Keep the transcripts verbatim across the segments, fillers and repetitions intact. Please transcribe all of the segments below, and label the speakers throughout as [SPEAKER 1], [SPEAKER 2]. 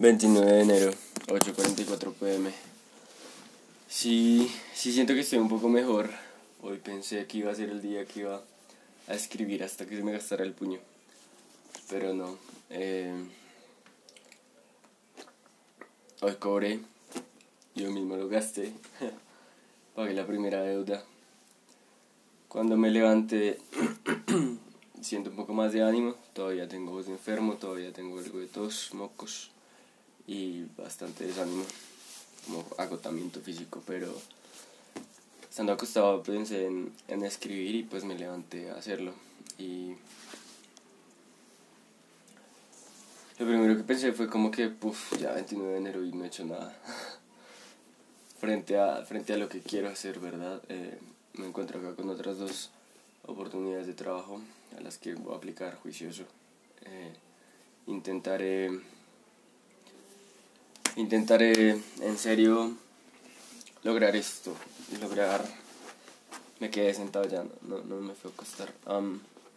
[SPEAKER 1] veintinueve de enero, ocho cuarenta y cuatro pm. Sí, sí siento que estoy un poco mejor. Hoy pensé que iba a ser el día que iba a escribir hasta que se me gastara el puño. Pero no. Eh, hoy cobré. Yo mismo lo gasté. Pagué la primera deuda. Cuando me levanté siento un poco más de ánimo. Todavía tengo voz de enfermo, todavía tengo algo de tos, mocos y bastante desánimo, como agotamiento físico, pero estando acostado pensé en, en escribir y pues me levanté a hacerlo. Y lo primero que pensé fue como que, puff, ya veintinueve de enero y no he hecho nada. frente a frente a lo que quiero hacer, ¿verdad? Eh, me encuentro acá con otras dos oportunidades de trabajo a las que voy a aplicar juicioso. Eh, intentaré, intentaré en serio lograr esto, lograr, me quedé sentado ya, no, no, no me fue a acostar, um,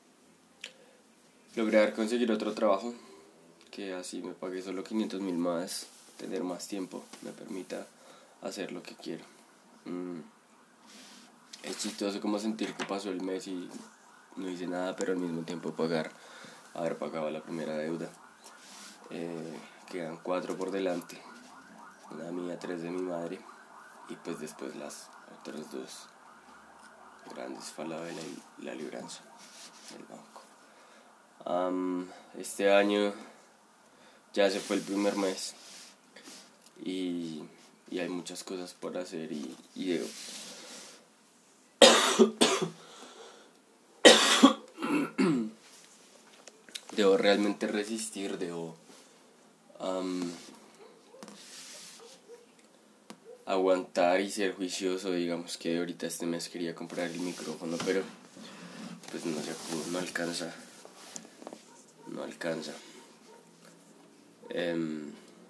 [SPEAKER 1] lograr conseguir otro trabajo que así me pague solo quinientos mil más, tener más tiempo, me permita hacer lo que quiero. Mm. Es chistoso como sentir que pasó el mes y no hice nada, pero al mismo tiempo pagar, haber pagado la primera deuda. Eh, quedan cuatro por delante, una mía, tres de mi madre, y pues después las otras dos grandes, Falabella y la libranza del banco. Um, este año ya se fue el primer mes y, y hay muchas cosas por hacer y, y debo, debo realmente resistir, debo um, aguantar y ser juicioso. Digamos que ahorita este mes quería comprar el micrófono, pero pues no se pudo, no alcanza, no alcanza. Eh,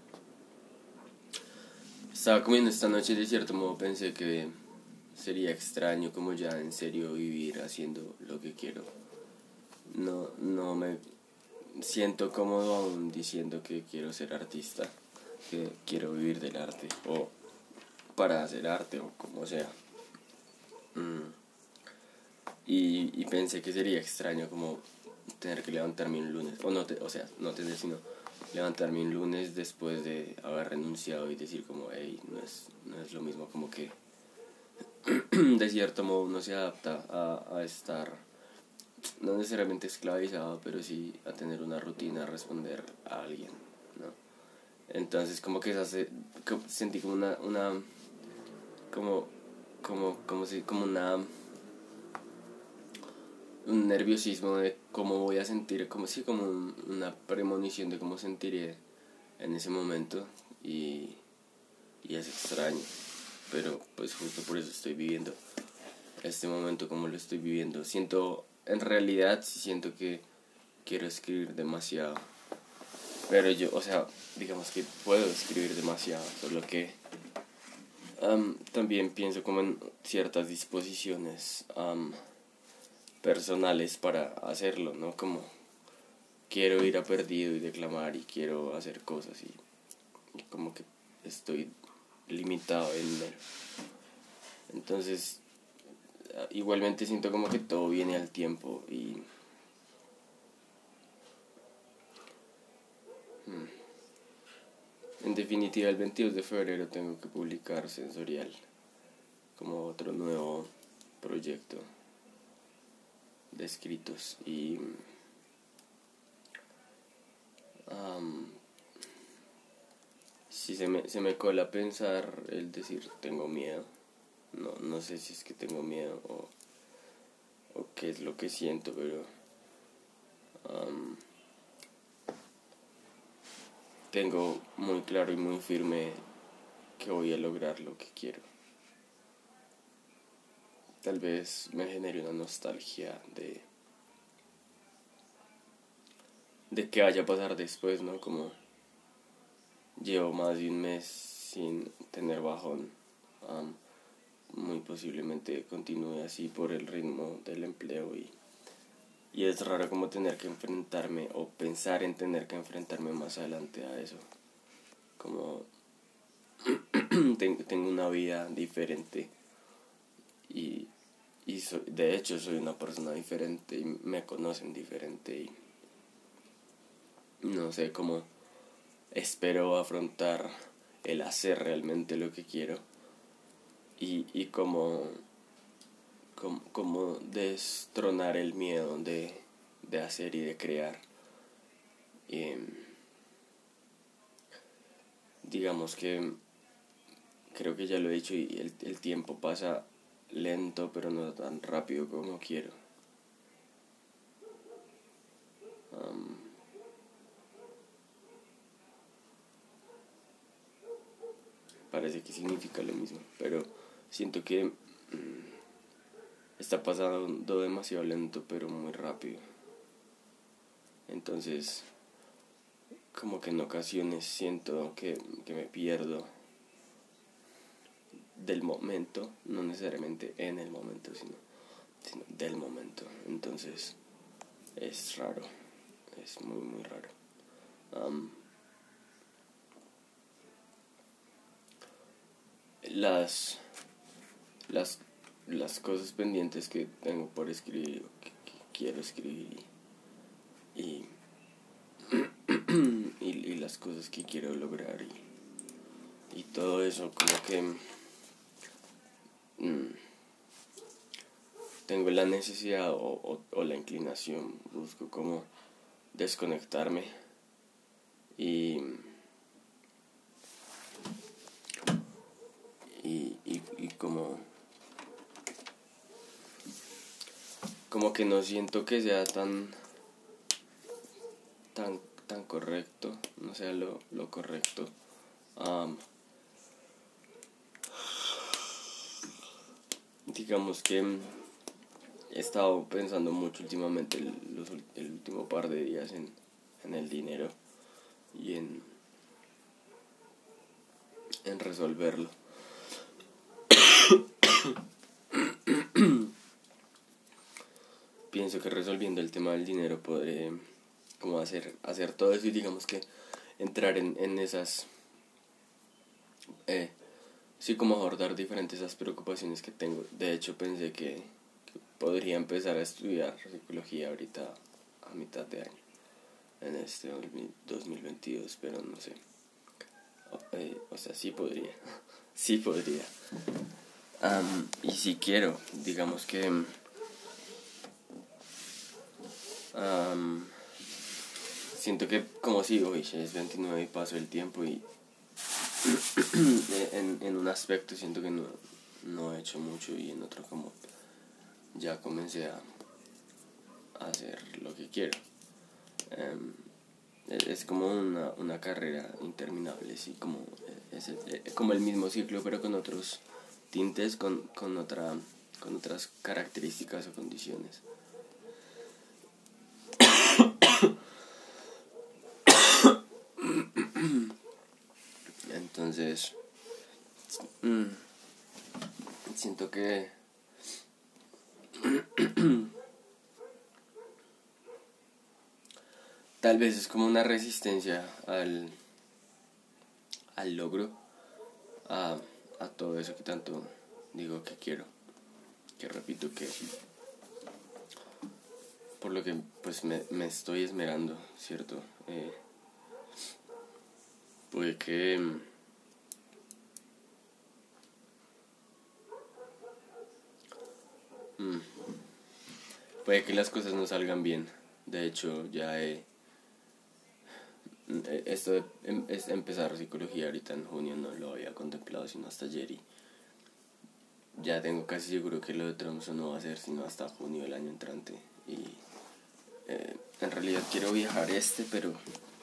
[SPEAKER 1] estaba comiendo esta noche y de cierto modo pensé que sería extraño como ya en serio vivir haciendo lo que quiero. No, no me siento cómodo aún diciendo que quiero ser artista, que quiero vivir del arte o para hacer arte o como sea. Mm. Y, y pensé que sería extraño como tener que levantarme un lunes, o no, te, o sea, no tener sino levantarme un lunes después de haber renunciado y decir como, hey, no es, no es lo mismo, como que de cierto modo uno se adapta a, a estar, no necesariamente esclavizado, pero sí a tener una rutina, a responder a alguien, ¿no? Entonces como que esa se, sentí como una, una como, como, como si, como una un nerviosismo de cómo voy a sentir, como si como un, una premonición de cómo sentiré en ese momento y, y es extraño, pero pues justo por eso estoy viviendo este momento como lo estoy viviendo. Siento, en realidad sí siento que quiero escribir demasiado, pero yo, o sea, digamos que puedo escribir demasiado, solo que um, también pienso como en ciertas disposiciones um, personales para hacerlo, ¿no? Como quiero ir a Perdido y declamar y quiero hacer cosas y, y como que estoy limitado en dinero. Entonces, igualmente siento como que todo viene al tiempo y hmm, en definitiva el veintidós de febrero tengo que publicar Sensorial como otro nuevo proyecto de escritos y um, si se me, se me cola pensar el decir tengo miedo. No, no sé si es que tengo miedo o, o qué es lo que siento, pero um, tengo muy claro y muy firme que voy a lograr lo que quiero. Tal vez me genere una nostalgia de de qué vaya a pasar después, ¿no? Como llevo más de un mes sin tener bajón, um, muy posiblemente continúe así por el ritmo del empleo y, y es raro como tener que enfrentarme o pensar en tener que enfrentarme más adelante a eso. como tengo una vida diferente y, y soy, de hecho soy una persona diferente y me conocen diferente y no sé cómo espero afrontar el hacer realmente lo que quiero y, y cómo, cómo, cómo destronar el miedo de, de hacer y de crear. Y, digamos que creo que ya lo he dicho y el, el tiempo pasa lento pero no tan rápido como quiero. Um, parece que significa lo mismo, pero siento que mmm, está pasando demasiado lento pero muy rápido. Entonces, como que en ocasiones siento que, que me pierdo del momento, no necesariamente en el momento, sino, sino del momento. Entonces, es raro, es muy, muy raro. Um, las, las, las cosas pendientes que tengo por escribir, que, que quiero escribir y, y, y, y las cosas que quiero lograr y, y todo eso, como que mmm, tengo la necesidad o, o, o la inclinación, busco como desconectarme y, y, y, y como, como que no siento que sea tan, tan, tan correcto, no sea lo, lo correcto. Um, digamos que he estado pensando mucho últimamente el, los, el último par de días en, en el dinero y en, en resolverlo. Pienso que resolviendo el tema del dinero podré como hacer, hacer todo eso y digamos que entrar en, en esas eh, sí, como abordar diferentes esas preocupaciones que tengo. De hecho pensé que, que podría empezar a estudiar psicología ahorita a mitad de año en este dos mil veintidós, pero no sé. O, eh, o sea, sí podría. Sí podría. Um, y si quiero, digamos que um, siento que como si hoy es veintinueve y paso el tiempo y en, en un aspecto siento que no, no he hecho mucho y en otro como ya comencé a, a hacer lo que quiero. Um, es como una, una carrera interminable, sí, como, es el, como el mismo ciclo pero con otros tintes, con, con, otra, con otras características o condiciones. Entonces, mmm, siento que tal vez es como una resistencia al, al logro, a, a todo eso que tanto digo que quiero, que repito que por lo que pues me, me estoy esmerando, ¿cierto? Eh, puede que mm, puede que las cosas no salgan bien. De hecho, ya he esto de em, es empezar psicología ahorita en junio no lo había contemplado sino hasta ayer y ya tengo casi seguro que lo de Tromso no va a ser sino hasta junio del año entrante y eh, en realidad quiero viajar este pero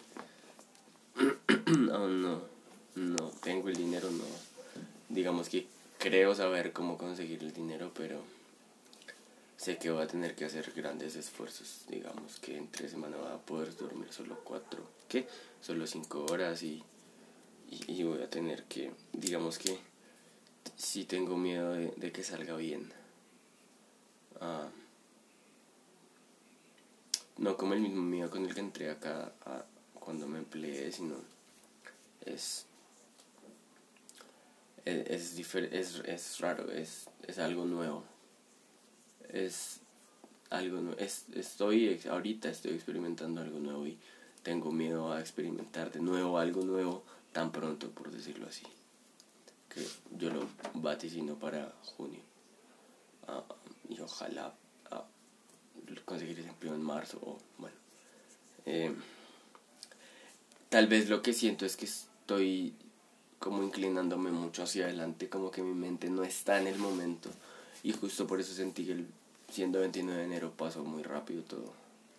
[SPEAKER 1] aún no no tengo el dinero, no digamos que creo saber cómo conseguir el dinero, pero sé que voy a tener que hacer grandes esfuerzos. Digamos que en tres semanas voy a poder dormir solo cuatro, ¿qué? Solo cinco horas y, y, y voy a tener que, digamos que sí tengo miedo de, de que salga bien. Ah, no como el mismo miedo con el que entré acá a, cuando me empleé, sino es es, difer- es, es raro, es, es algo nuevo. Es algo nuevo. Es, estoy, ahorita estoy experimentando algo nuevo y tengo miedo a experimentar de nuevo algo nuevo tan pronto, por decirlo así. Que yo lo vaticino para junio. Uh, y ojalá uh, conseguir ese empleo en marzo o bueno. Eh, tal vez lo que siento es que estoy como inclinándome mucho hacia adelante, como que mi mente no está en el momento, y justo por eso sentí que el, siendo veintinueve de enero pasó muy rápido todo.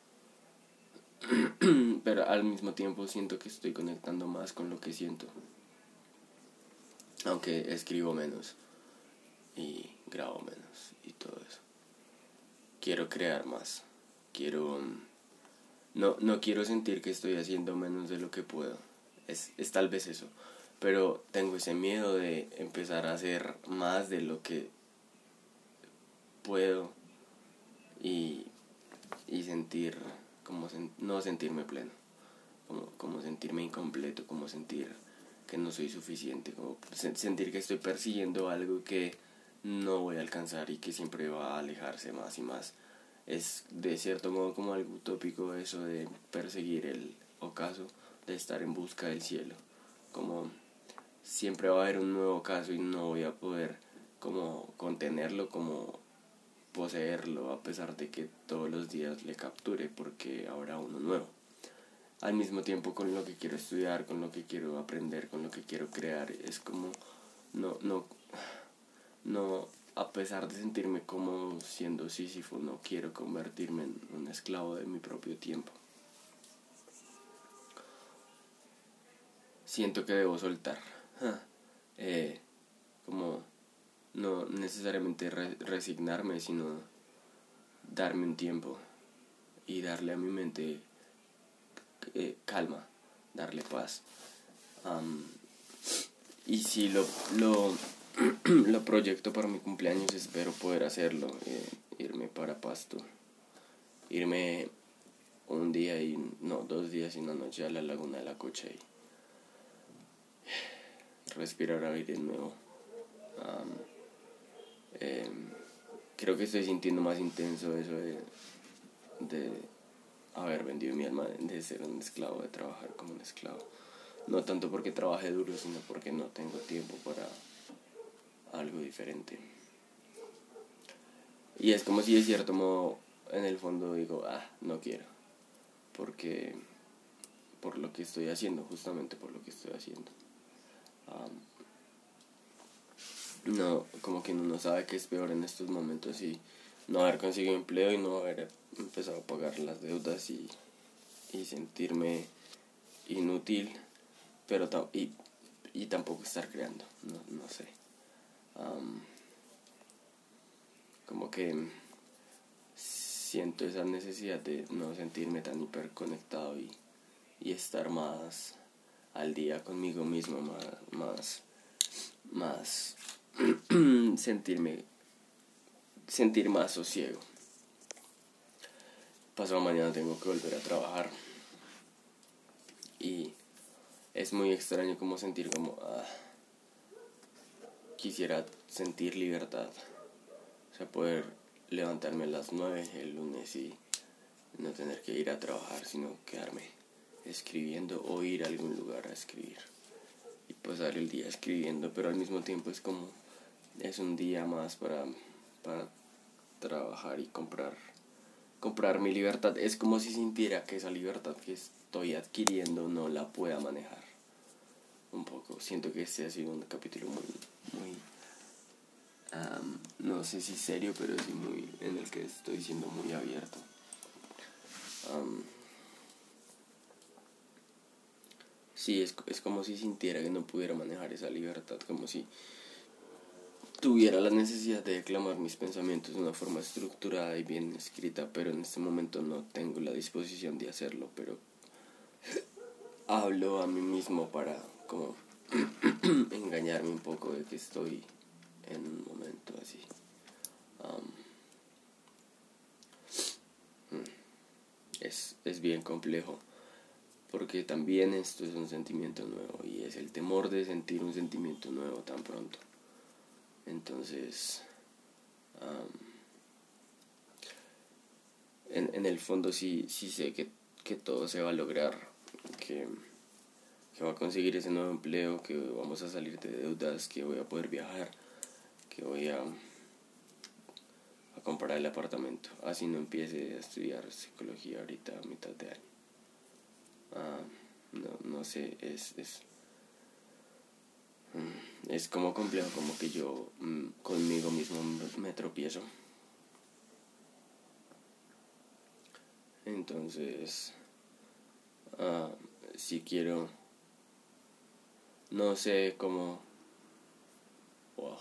[SPEAKER 1] Pero al mismo tiempo siento que estoy conectando más con lo que siento, aunque escribo menos y grabo menos y todo eso. Quiero crear más, quiero no, no quiero sentir que estoy haciendo menos de lo que puedo, es, es tal vez eso. Pero tengo ese miedo de empezar a hacer más de lo que puedo y, y sentir, como sen, no sentirme pleno, como, como sentirme incompleto, como sentir que no soy suficiente, como sentir que estoy persiguiendo algo que no voy a alcanzar y que siempre va a alejarse más y más. Es de cierto modo como algo utópico eso de perseguir el ocaso, de estar en busca del cielo, como siempre va a haber un nuevo caso y no voy a poder como contenerlo, como poseerlo, a pesar de que todos los días le capture, porque habrá uno nuevo. Al mismo tiempo, con lo que quiero estudiar, con lo que quiero aprender, con lo que quiero crear, es como no, no, no, a pesar de sentirme como siendo Sísifo, no quiero convertirme en un esclavo de mi propio tiempo. Siento que debo soltar. Eh, como no necesariamente re- resignarme, sino darme un tiempo y darle a mi mente eh, calma, darle paz. Um, y si lo, lo, lo proyecto para mi cumpleaños, espero poder hacerlo, eh, irme para Pasto, irme un día y no, dos días y una noche a la laguna de la Cocha y respirar aire nuevo. Um, eh, creo que estoy sintiendo más intenso eso de, de haber vendido mi alma, de ser un esclavo, de trabajar como un esclavo. No tanto porque trabaje duro, sino porque no tengo tiempo para algo diferente. Y es como si de cierto modo en el fondo digo, ah, no quiero, porque por lo que estoy haciendo, justamente por lo que estoy haciendo. Um, no, como que uno no sabe qué es peor en estos momentos, y no haber conseguido empleo y no haber empezado a pagar las deudas y, y sentirme inútil, pero tam- y, y tampoco estar creando, no, no sé. Um, como que siento esa necesidad de no sentirme tan hiperconectado y, y estar más al día conmigo mismo, más, más, más sentirme, sentir más sosiego. Pasado mañana tengo que volver a trabajar y es muy extraño como sentir como ah, quisiera sentir libertad, o sea, poder levantarme a las nueve el lunes y no tener que ir a trabajar, sino quedarme escribiendo o ir a algún lugar a escribir y pasar el día escribiendo, pero al mismo tiempo es como es un día más para, para trabajar y comprar comprar mi libertad. Es como si sintiera que esa libertad que estoy adquiriendo no la pueda manejar. Un poco, siento que este ha sido un capítulo muy, muy um, no sé si serio, pero sí muy, en el que estoy siendo muy abierto. Um, sí, es, es como si sintiera que no pudiera manejar esa libertad, como si tuviera la necesidad de declamar mis pensamientos de una forma estructurada y bien escrita, pero en este momento no tengo la disposición de hacerlo, pero hablo a mí mismo para como engañarme un poco de que estoy en un momento así. Um, es, es bien complejo. porque también esto es un sentimiento nuevo y es el temor de sentir un sentimiento nuevo tan pronto. Entonces, um, en, en el fondo sí, sí sé que, que todo se va a lograr, que, que voy a conseguir ese nuevo empleo, que vamos a salir de deudas, que voy a poder viajar, que voy a, a comprar el apartamento, así no empiece a estudiar psicología ahorita a mitad de año. Uh, no, no sé, es, es, es como complejo, como que yo mm, conmigo mismo me tropiezo. Entonces, uh, si quiero, no sé cómo, wow,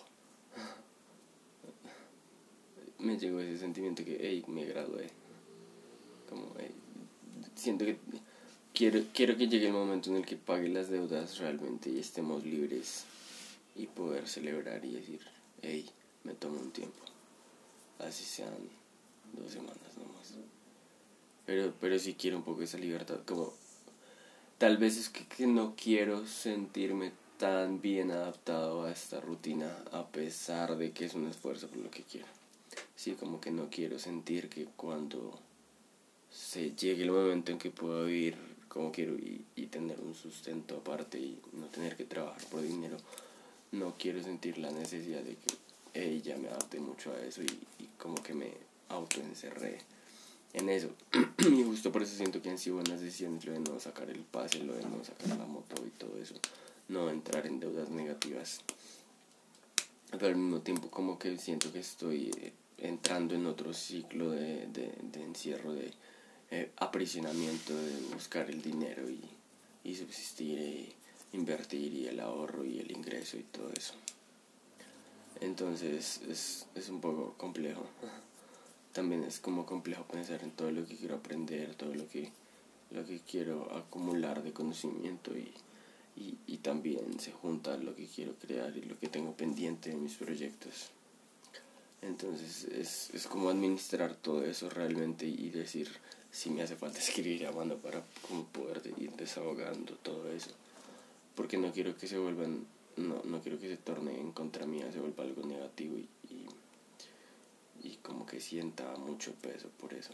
[SPEAKER 1] me llegó ese sentimiento que, hey, me gradué, como, hey, siento que quiero, quiero que llegue el momento en el que pague las deudas realmente y estemos libres y poder celebrar y decir, hey, me tomo un tiempo, así sean dos semanas nomás. Pero, pero sí quiero un poco esa libertad, como tal vez es que, que no quiero sentirme tan bien adaptado a esta rutina a pesar de que es un esfuerzo por lo que quiero. Sí, como que no quiero sentir que cuando se llegue el momento en que pueda vivir como quiero y, y tener un sustento aparte y no tener que trabajar por dinero, no quiero sentir la necesidad de que hey, ya me adapté mucho a eso y, y como que me autoencerré en eso. Y justo por eso siento que han sido buenas decisiones lo de no sacar el pase, lo de no sacar la moto y todo eso, no entrar en deudas negativas. Pero al mismo tiempo como que siento que estoy entrando en otro ciclo de, de, de encierro, de eh, aprisionamiento, de buscar el dinero y, y subsistir, e invertir y el ahorro y el ingreso y todo eso. Entonces es, es un poco complejo. También es como complejo pensar en todo lo que quiero aprender, todo lo que, lo que quiero acumular de conocimiento y, y, y también se junta lo que quiero crear y lo que tengo pendiente de mis proyectos. Entonces es, es como administrar todo eso realmente y decir si me hace falta escribir a mano para como poder ir desahogando todo eso. Porque no quiero que se vuelvan, no, no quiero que se torne en contra mía, se vuelva algo negativo y, y, y como que sienta mucho peso por eso.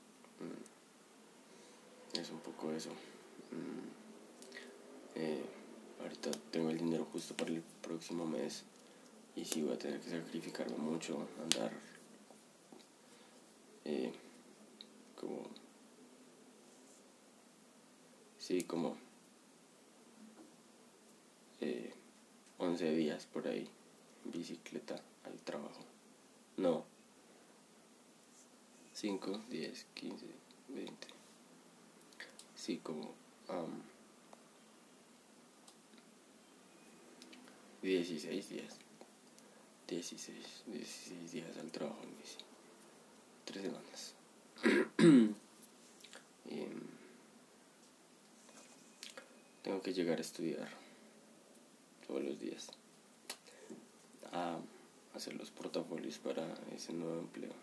[SPEAKER 1] Mm. Es un poco eso. Mm. Eh, ahorita tengo el dinero justo para el próximo mes y sí voy a tener que sacrificarme mucho, andar eh, como, sí, como eh, once días por ahí en bicicleta al trabajo. No, cinco, diez, quince, veinte. Sí, como um, dieciséis días. dieciséis, dieciséis días al trabajo en bici. Tres semanas. y, tengo que llegar a estudiar todos los días. A hacer los portafolios para ese nuevo empleo.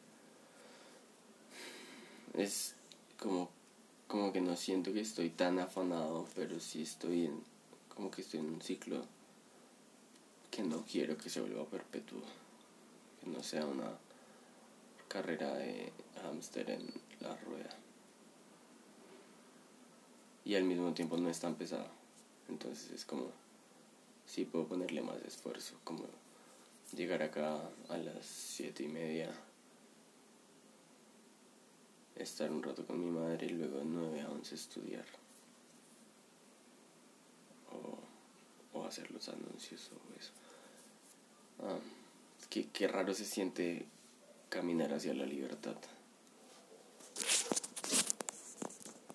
[SPEAKER 1] Es como, como que no siento que estoy tan afanado, pero sí estoy en, como que estoy en un ciclo que no quiero que se vuelva perpetuo, que no sea una carrera de hámster en la rueda. Y al mismo tiempo no es tan pesado, entonces es como, sí puedo ponerle más esfuerzo, como llegar acá a las siete y media, estar un rato con mi madre y luego de nueve a once estudiar o, o hacer los anuncios o eso. Ah, qué, qué raro se siente caminar hacia la libertad.